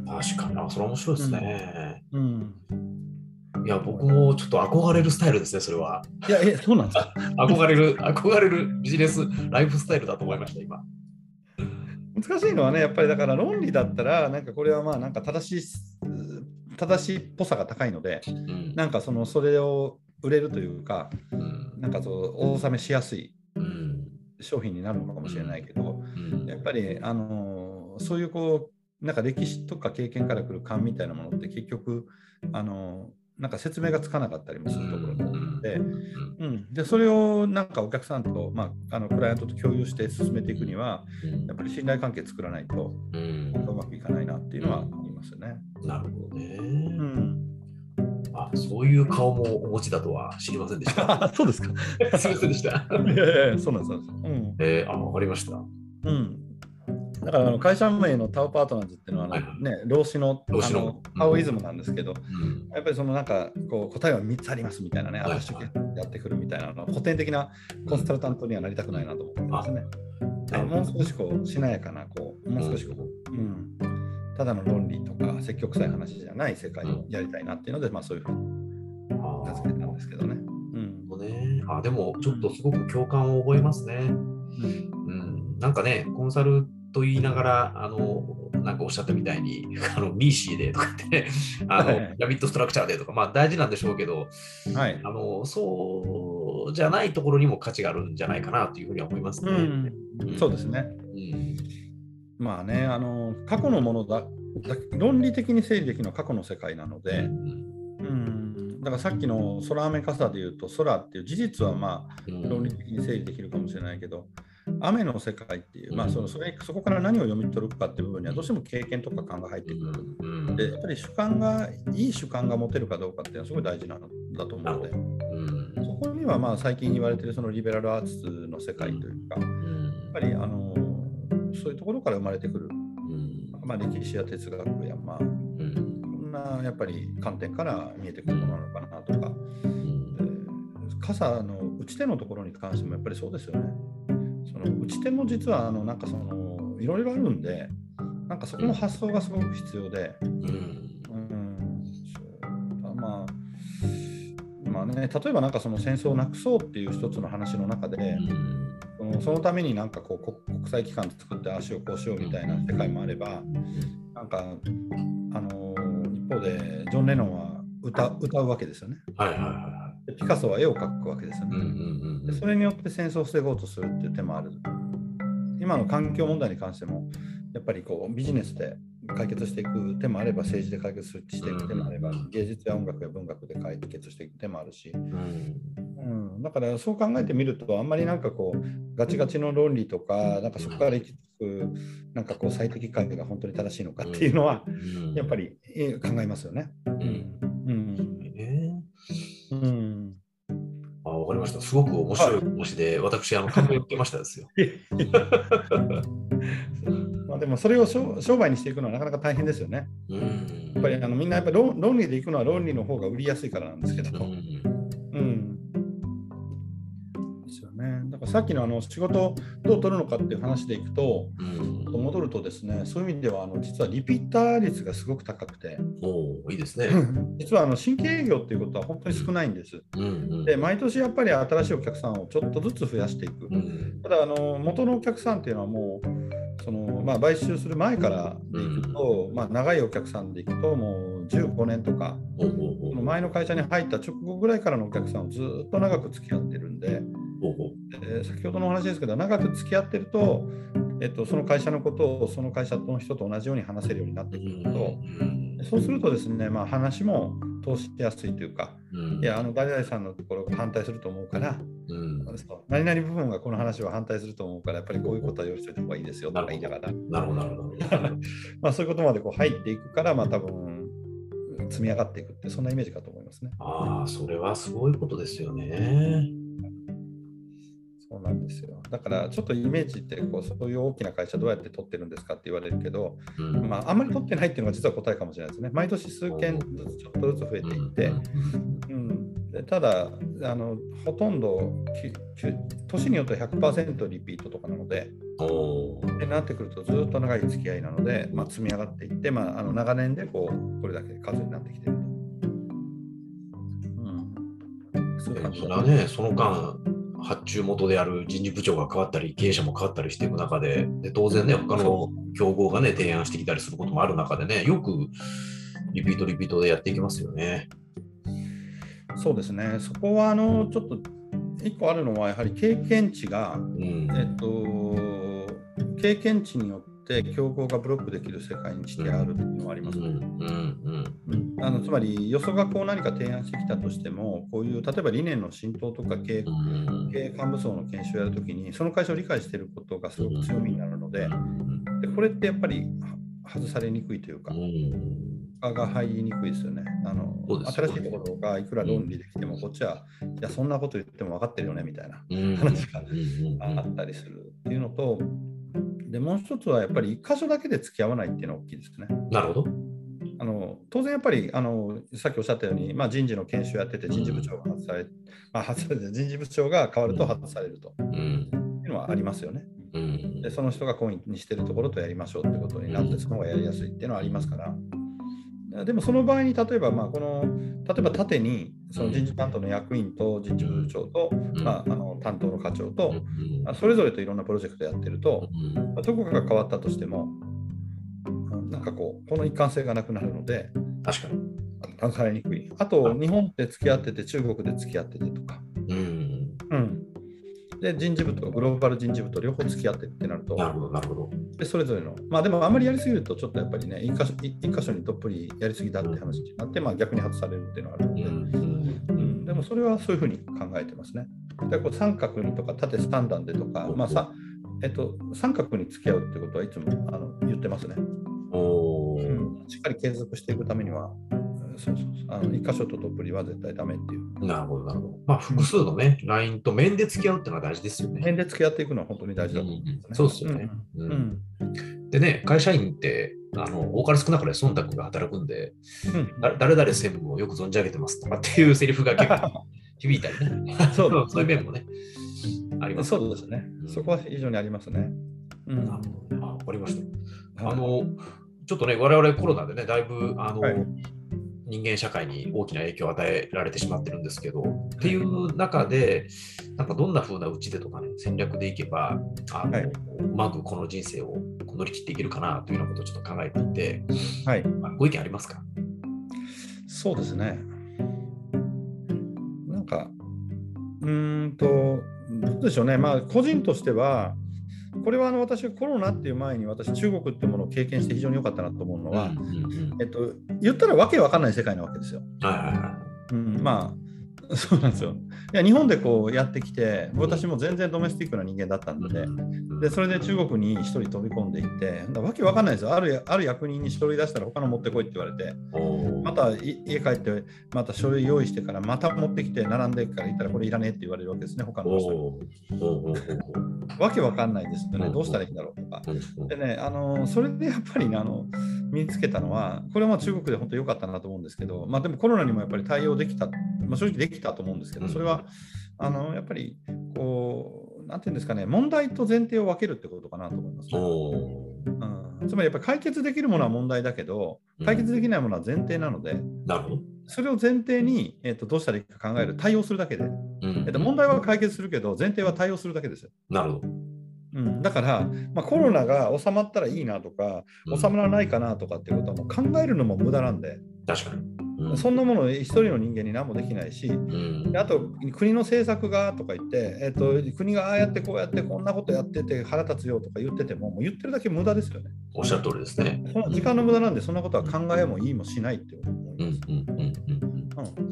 確かに、あ、それ面白いですね。 うん、 うん、いや、僕もちょっと憧れるスタイルですね、それは。 いや、え、そうなんですか。 憧れる、憧れるビジネスライフスタイルだと思いました、今。 難しいのはね、やっぱりだから論理だったら、なんかこれはまあなんか正しい、正しいっぽさが高いので、うん、なんかそのそれを売れるというか、うん、なんかそうお納めしやすい商品になるのかもしれないけど、うん、やっぱりあのそういうこうなんか歴史とか経験から来る感みたいなものって結局あのなんか説明がつかなかったりもするところも多いので、うん、でそれをなんかお客さんと、まあ、あのクライアントと共有して進めていくには、やっぱり信頼関係作らないとうまくいかないなっていうのはありますよね。 なるほどね。うん、あ、そういう顔もお持ちだとは知りませんでした。 そうですか。 すみませんでした。 いやいや、そうなんです。うん、 えー、あ、わかりました。 うん。だからあの会社名のタオパートナーズっていうのはあの、はい、ね、労使のタオイズムなんですけど、うん、やっぱりそのなんかこう答えはみっつありますみたいなね、はい、私やってくるみたいなの古典的なコンサルタントにはなりたくないなと思ってますね。うん、もう少しこうしなやかなこうもう少しこう、うん、ただの論理とか積極臭い話じゃない世界をやりたいなっていうので、まあそういうふうに名付けたんですけどね。 うん、ね、あ、でもちょっとすごく共感を覚えますね。うんうん、なんかね、コンサルと言いながら、あの、なんかおっしゃったみたいに、あのミーシーでとかって、あの、はい、ラビットストラクチャーでとか、まあ大事なんでしょうけど、はい、あの、そうじゃないところにも価値があるんじゃないかなというふうには思いますね。 うんうん、そうですね。うん、まあね、あの、過去のものだ、論理的に整理できるのは過去の世界なので、うん、うんだからさっきの空雨傘でいうと、空っていう事実はまあ論理的に整理できるかもしれないけど、雨の世界っていう、まあ、そのそれそこから何を読み取るかっていう部分にはどうしても経験とか感が入ってくる。でやっぱり主観がいい主観が持てるかどうかっていうのはすごい大事なんだと思うので、そこにはまあ最近言われているそのリベラルアーツの世界というか、やっぱりあのそういうところから生まれてくる、まあ、歴史や哲学やまあこんなやっぱり観点から見えてくるものなのかなとか、傘の打ち手のところに関してもやっぱりそうですよね。そのの打ち手も実はあのなんかそのいろいろあるんで、なんかそこの発想がすごく必要で、うんうん、そうまあまあね、例えばなんかその戦争をなくそうっていう一つの話の中で、その、そのためになんかこう国際機関作って足をこうしようみたいな世界もあれば、なんかあの一方でジョン・レノンは 歌, 歌うわけですよね。はいはいはい、でピカソは絵を描くわけですよね、うんうんうん、でそれによって戦争を防ごうとするっていう手もある。今の環境問題に関してもやっぱりこうビジネスで解決していく手もあれば、政治で解決していく手もあれば、芸術や音楽や文学で解決していく手もあるし、うんうん、だからそう考えてみると、あんまりなんかこうガチガチの論理とか、なんかそこから行き着くなんかこう最適解が本当に正しいのかっていうのはやっぱり考えますよね。うんうんうん、あ、わかりました。すごく面白い話で、はい、私あの感銘を受けましたですよ。 まあでもそれを商売にしていくのはなかなか大変ですよね。うん、やっぱりあのみんなやっぱり 論, 論理でいくのは論理の方が売りやすいからなんですけど、うん、うんですよね。だからさっきのあの仕事をどう取るのかっていう話でいくと、うん、戻るとですね、そういう意味ではあの実はリピーター率がすごく高くて、 おいいですね。 実はあの新規営業っていうことは本当に少ないんです。うんうん、で毎年やっぱり新しいお客さんをちょっとずつ増やしていく。うん、ただあの元のお客さんっていうのはもうその、まあ、買収する前からでいくと、うんまあ、長いお客さんでいくともうじゅうごねんとか、うん、その前の会社に入った直後ぐらいからのお客さんをずっと長く付き合ってるんで、うん、先ほどの話ですけど、長く付き合ってると、えっと、その会社のことをその会社の人と同じように話せるようになってくると、うん、そうするとですね、まあ、話も通しやすいというか、うん、いやあの誰々さんのところが反対すると思うから、うん、何々部分がこの話は反対すると思うから、やっぱりこういうことは用意しておいた方がいいですよとか言いながら、 なるほどなるほどまあそういうことまでこう入っていくから、まあ多分積み上がっていくって、そんなイメージかと思いますね。 ああ、それはすごいことですよね。 そうなんですよ。だからちょっとイメージってこうそういう大きな会社どうやって取ってるんですかって言われるけど、うんまあ、あんまり取ってないっていうのが実は答えかもしれないですね。毎年数件ずつちょっとずつ増えていって、うん、でただあのほとんど年によっては ひゃくパーセント リピートとかなので、でなってくるとずっと長い付き合いなので、まあ、積み上がっていって、まあ、あの長年でこうこれだけ数になってきていると。 うん、そういう感じだね。その間発注元である人事部長が変わったり、経営者も変わったりしていく中で、で当然ね、他の競合がね、提案してきたりすることもある中でね、よくリピートリピートでやっていきますよね。 そうですね、そこはあのちょっと一個あるのは、やはり経験値が、うんえっと、経験値によって競合がブロックできる世界にしてあるというのはありますね。あのつまり、よそがこう何か提案してきたとしても、こういう例えば理念の浸透とか経営、うん、経営幹部層の研修をやるときに、その会社を理解していることがすごく強みになるので、でこれってやっぱり外されにくいというか、うんが入りにくいですよね。あの新しいところがいくら論理できても、こっちは、いや、そんなこと言っても分かってるよねみたいな話があったりするっていうのと、でもう一つはやっぱり一箇所だけで付き合わないっていうのが大きいですね。 なるほど。 あの当然やっぱりあのさっきおっしゃったように、まあ、人事の研修やってて人事部長が外され、まあ、外されて人事部長が変わると外されると、うん、いうのはありますよね。うん、でその人が懇意にしているところとやりましょうってことになって、その方がやりやすいっていうのはありますから。でもその場合に例えば、まあ、この例えば縦にその人事担当の役員と人事部長と、まあ、あの担当の課長と、それぞれといろんなプロジェクトやってると、どこかが変わったとしても、なんかこうこの一貫性がなくなるので、 確かに分かりにくい。あと、日本で付き合ってて、中国で付き合っててとか、うんうん、で人事部とグローバル人事部と両方付き合ってってなると、 なるほどなるほど。 でそれぞれの、まあでもあんまりやりすぎると、ちょっとやっぱりね、一箇所、一箇所にどっぷりやりすぎだって話になって、まあ、逆に外されるっていうのがあるので、うんうん、でもそれはそういうふうに考えてますね。でこう三角にとか縦スタンダーでとか、まあさえっと、三角に付き合うってことはいつもあの言ってますね。おうん、しっかり継続していくためには、そうそうそうあの一箇所とどっぷりは絶対ダメっていう。 なるほど、なるほど。まあ、複数のね、ラインと面で付き合うっていうのは大事ですよね。 面で付き合っていくのは本当に大事だと思うんですね。 うん、そうですよね、うんうん。でね、会社員ってあの多かれ少なかれ忖度が働くんで、うん、誰々専務をよく存じ上げてますとかっていうセリフが結構響いたりね、そうそういう面もね、 ありますそうですね、うん、そこは非常にありますね。 うん、あわかりました。あの、ちょっとね、我々コロナでね、だいぶあの、はい、人間社会に大きな影響を与えられてしまってるんですけど、はい、っていう中で、なんかどんな風な打ち手とかね、戦略でいけば、あの、はい、うまくこの人生を乗り切っていけるかなというようなことをちょっと考えていて、はい、ご意見ありますか？ そうですね。なんか、うーんと、どうでしょうね、まあ、個人としては、これはあの私がコロナっていう前に私中国っていうものを経験して非常に良かったなと思うのは、うんうんうん、えっと、言ったらわけわかんない世界なわけですよ。はいはいはい、うん、まあそうなんですよ。いや日本でこうやってきて私も全然ドメスティックな人間だったので、でそれで中国に一人飛び込んでいってわけわかんないですよ。ある、ある役人に書類出したら他の持ってこいって言われて、また家帰ってまた書類用意してからまた持ってきて並んでから言ったらこれいらねえって言われるわけですね、他の人に。わけわかんないですよね。どうしたらいいんだろうとか。でね、あのそれでやっぱり、ね、あの身につけたのは、これは中国で本当に良かったなと思うんですけど、まあ、でもコロナにもやっぱり対応できた、まあ、正直できたと思うんですけど、それはあのやっぱりこう、なんていうんですかね、問題と前提を分けるってことかなと思いますね。うん、つまりやっぱり解決できるものは問題だけど、解決できないものは前提なので、なるほど、それを前提に、えーと、どうしたらいいか考える、対応するだけで、うんえーと、問題は解決するけど、前提は対応するだけですよ。なるほど。うん、だから、まあ、コロナが収まったらいいなとか、収まらないかなとかっていうことはもう考えるのも無駄なんで、確かに、うん、そんなもの一人の人間に何もできないし、うん、あと国の政策がとか言って、えーと、国がああやってこうやってこんなことやってて腹立つよとか言ってても、もう言ってるだけ無駄ですよね。おっしゃる通りですね。時間の無駄なんで、そんなことは考えもいいもしないって思います。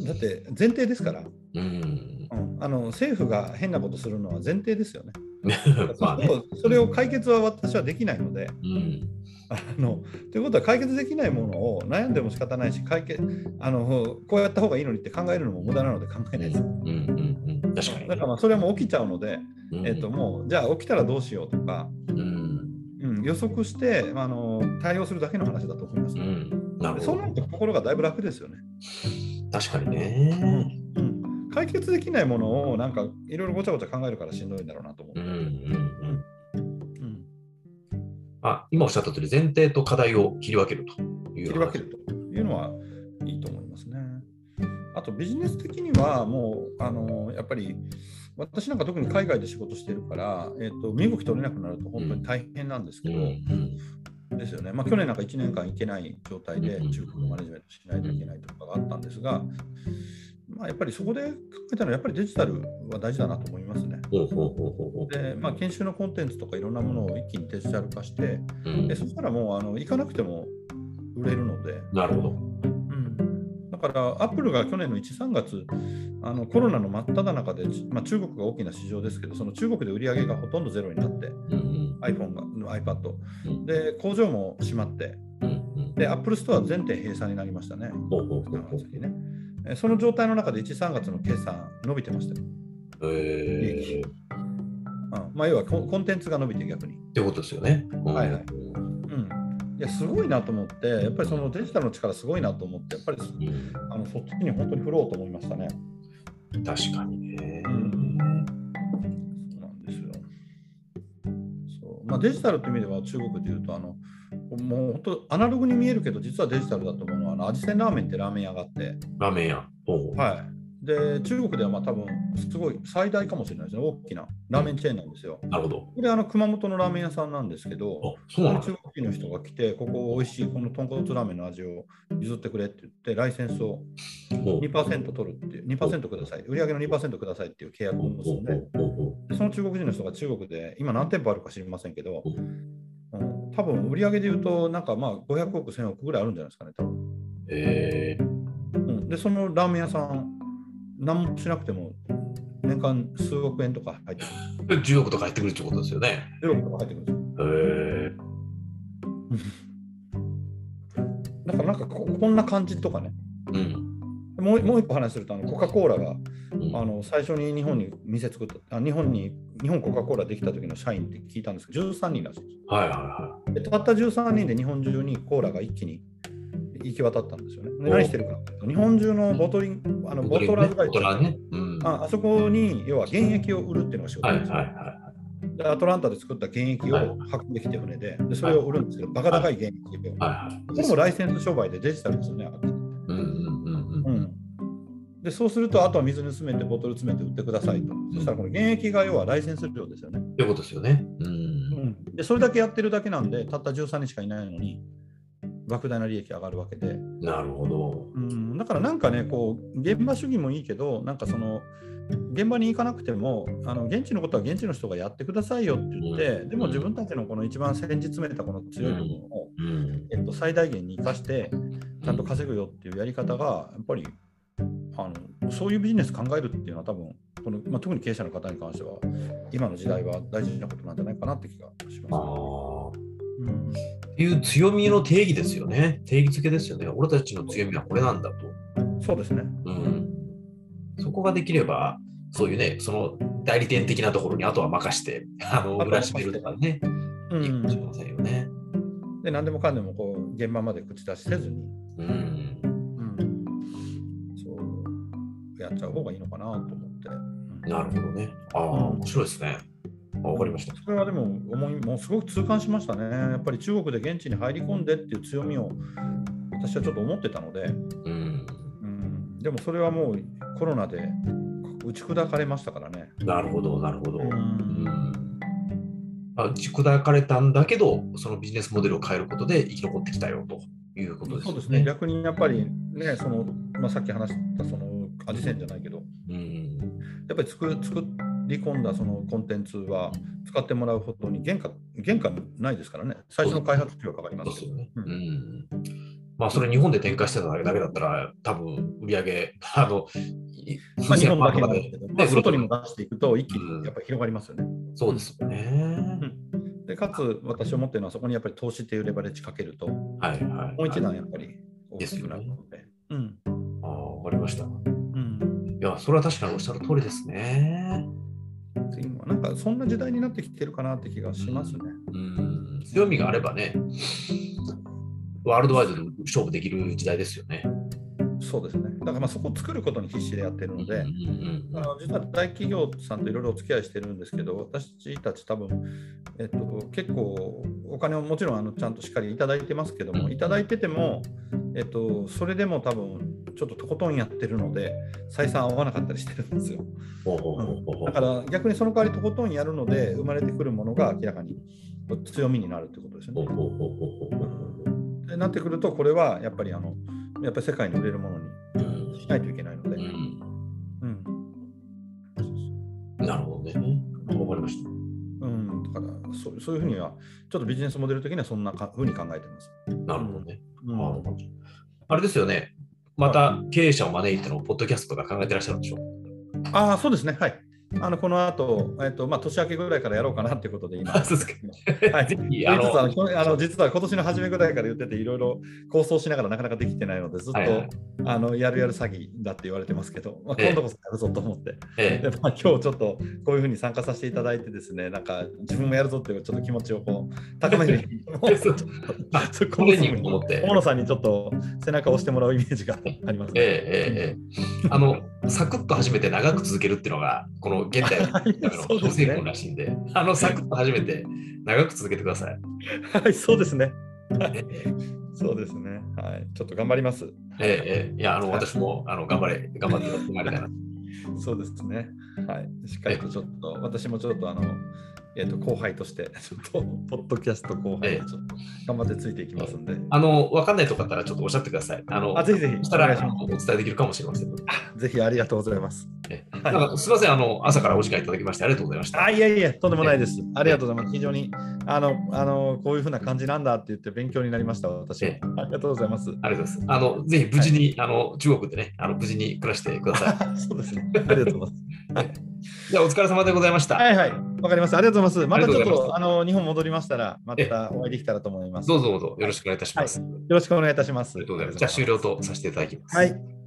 だって前提ですから、うんうん、あの政府が変なことするのは前提ですよね。まあね、それを解決は私はできないので、うん、あのということは解決できないものを悩んでも仕方ないし、解決あのこうやった方がいいのにって考えるのも無駄なので考えないです。うんうんうん、確かに、ね、だからまあそれはもう起きちゃうので、うん、えーと、もうじゃあ起きたらどうしようとか、うんうん、予測してあの対応するだけの話だと思います、ね。うん、なるほど。そうなると心がだいぶ楽ですよね。確かにね。うんうん解決できないものをなんかいろいろごちゃごちゃ考えるからしんどいんだろうなと思って。うんうんうんうん、あ、今おっしゃった通り前提と課題を切り分けるという切り分けるというのはいいと思いますね。あとビジネス的にはもうあのやっぱり私なんか特に海外で仕事してるから、えーと、身動き取れなくなると本当に大変なんですけど、うんうん、ですよね。まあ、去年なんかいちねんかん行けない状態で中国のマネジメントしないといけないとかがあったんですが、まあ、やっぱりそこで考えたのはやっぱりデジタルは大事だなと思いますね。で、まあ、研修のコンテンツとかいろんなものを一気にデジタル化して、うん、でそしたらもうあの行かなくても売れるので。なるほど。うん、だからアップルが去年のいち、さんがつあのコロナの真っ只中で、まあ、中国が大きな市場ですけど、その中国で売り上げがほとんどゼロになって、うん、iPhone が iPad、うん、で工場も閉まって、うん、で Apple ストア全店閉鎖になりましたね。その状態の中でいち、さんがつの決算伸びてましたよ。えーうんまあ、要はコンテンツが伸びて逆に。 ってことですよね。 はいはい。うん、いやすごいなと思って、やっぱりそのデジタルの力すごいなと思って、やっぱり、うん、あのそっちに本当に振ろうと思いましたね。 確かにね。うん、 そうなんですよ。そうまあ、デジタルという意味では中国でいうとあのもう本当アナログに見えるけど実はデジタルだと思うのはあの味仙ラーメンってラーメン屋があってラーメン屋はいで中国ではまあ多分すごい最大かもしれないですね大きなラーメンチェーンなんですよ、 うん、なるほどこれあの熊本のラーメン屋さんなんですけどそこに中国人の人が来てここ美味しいこの豚骨ラーメンの味を譲ってくれって言ってライセンスを にパーセント 取るっていう にパーセント ください売上の にパーセント くださいっていう契約を結んででその中国人の人が中国で今何店舗あるか知りませんけどうん、多分売上で言うとなんかまあごひゃくおくせんおくぐらいあるんじゃないですかね多分、えーうん、でそのラーメン屋さん何もしなくても年間数億円とか入ってくるじゅうおくとか入ってくるってことですよね。 じゅうおくとか入ってくるんですよ。へえだからなんか こ, こんな感じとかね、うん、もうもう一個話するとあのコカ・コーラが、うん、あの最初に日本に店作ったあ日本に日本コカ・コーラできた時の社員って聞いたんですけどじゅうさんにんらしいです。はいはいはい。でたったじゅうさんにんで日本中にコーラが一気に行き渡ったんですよね。で何してるかというと日本中のボトリン、うん、あのボトラーズ会社、ねうん、 あ, あそこに要は原液を売るっていうのが仕事です、はいはいはい、でアトランタで作った原液を運んできて船で、でそれを売るんですけど、はい、バカ高い原液を、はいはい、これもライセンス商売でデジタルですよね。うんうんうんうん、でそうすると、あとは水に詰めてボトル詰めて売ってくださいと、うん、そしたらこの原液が要はライセンス料ですよね。 ということですよね、うんうん、 でそれだけやってるだけなんで、たったじゅうさんにんしかいないのに莫大な利益上がるわけで。 なるほど、 うん、だからなんかね、こう現場主義もいいけど、なんかその現場に行かなくても、あの現地のことは現地の人がやってくださいよって言って、うん、でも自分たちのこの一番先日詰めたこの強い部分を、うんえっと、最大限に生かしてちゃんと稼ぐよっていうやり方がやっぱりあのそういうビジネス考えるっていうのは多分この、まあ、特に経営者の方に関しては今の時代は大事なことなんじゃないかなって気がします、ね。 あうん、っていう強みの定義ですよね。定義づけですよね。俺たちの強みはこれなんだと。 そうですね。 うん、そこができれば、そういうね、その代理店的なところにあとは任して、あの、売らしめるとかね、うん、いいかもしれませんよね。 で、何でもかんでもこう現場まで口出しせずに、うんうん、そうやっちゃう方がいいのかなと思って。 なるほどね。ああ、面白いですね。わかりました。 それはでも思い、もうすごく痛感しましたね。やっぱり中国で現地に入り込んでっていう強みを私はちょっと思ってたので、うんうん、でもそれはもうコロナで打ち砕かれましたからね。 なるほど、なるほど。うんうんあ打ち砕かれたんだけど、そのビジネスモデルを変えることで生き残ってきたよということですね。 そうですね。逆にやっぱりね、そのまあ、さっき話したその味せんじゃないけど、うん、やっぱり作る作り込んだそのコンテンツは使ってもらうほどに原価原価ないですからね。最初の開発費はかかりますけど。 まあそれ日本で展開してただけだったら多分売り上げあのまあ、日本だけなんですけど、まあ、外にも出していくと一気にやっぱり広がりますよね。 うん、そうですよね、 うん。でかつ私思ってるのはそこにやっぱり投資っていうレバレッジかけると、はいはいはい、もう一段やっぱり大きくなるので。うん、 ああ、わかりました。うん、いや、それは確かにおっしゃる通りですね。 今なんかそんな時代になってきてるかなって気がしますね。 うん、うん、強みがあればね、ワールドワイドで勝負できる時代ですよね。 そうですね。だからまあそこを作ることに必死でやってるので、あの実は大企業さんといろいろお付き合いしてるんですけど、私たち多分、えっと、結構お金をもちろんあのちゃんとしっかりいただいてますけども、いただいてても、えっと、それでも多分ちょっととことんやってるので、採算合わなかったりしてるんですよ。うん、だから逆にその代わりとことんやるので、生まれてくるものが明らかに強みになるということですよね。うん、でなってくると、これはやっぱりあのやっぱり世界に売れるものにしないといけないので。うんうん、なるほどね。わかりました。 うん、だからそう、そういうふうには、ちょっとビジネスモデル的にはそんなふうに考えてます。 なるほどね。うん、あ, あれですよね。また経営者を招いてのポッドキャストとか考えてらっしゃるんでしょう。 ああ、そうですね。はい。あのこの後、えっとまあ、年明けぐらいからやろうかなということで今、はい、ぜひあのあの実は今年の初めぐらいから言ってていろいろ構想しながらなかなかできてないのでずっと、はいはい、あのやるやる詐欺だって言われてますけど、まあ、今度こそやるぞと思って、ええでまあ、今日ちょっとこういうふうに参加させていただいてですね、なんか自分もやるぞっていうちょっと気持ちをこう高めるトレーニングと思って大野さんにちょっと背中を押してもらうイメージがありますね。 ええええ、あのサクッと始めて長く続けるっていうのがこの現代の強制婚らしいんで、あのサクッと始めて長く続けてください。 はい、そうですね。そうですね。はい、ちょっと頑張ります。 ええ、いや、あの、私も、あの、頑張れ、頑張ってまいりたいな。 そうですね。はい、しっかりとちょっと、私もちょっと、あの、えっと、後輩として、ちょっと、ポッドキャスト後輩でちょっと頑張ってついていきますんで。 あの、分かんないとこあったら、ちょっとおっしゃってください。あの、 あぜひぜひ、 したらお伝えできるかもしれません。 ぜひ、ありがとうございます。 えなんかすみません、あの、朝からお時間いただきまして、ありがとうございました。 あ、いやいや、とんでもないです。ありがとうございます。非常に、あの、あの、こういうふうな感じなんだって言って、勉強になりました、私は。ありがとうございます。 ありがとうございます。あの、ぜひ無事に、はい、あの、中国でね、あの、無事に暮らしてください。そうですね。ありがとうございます。 じゃあ、お疲れ様でございました。 はいはい。わかります。ありがとうございます。またちょっと、あの、日本戻りましたら、またお会いできたらと思います。 どうぞどうぞ、よろしくお願いいたします。 はい、よろしくお願いいたします。 ありがとうございます。じゃあ、終了とさせていただきます。 はい。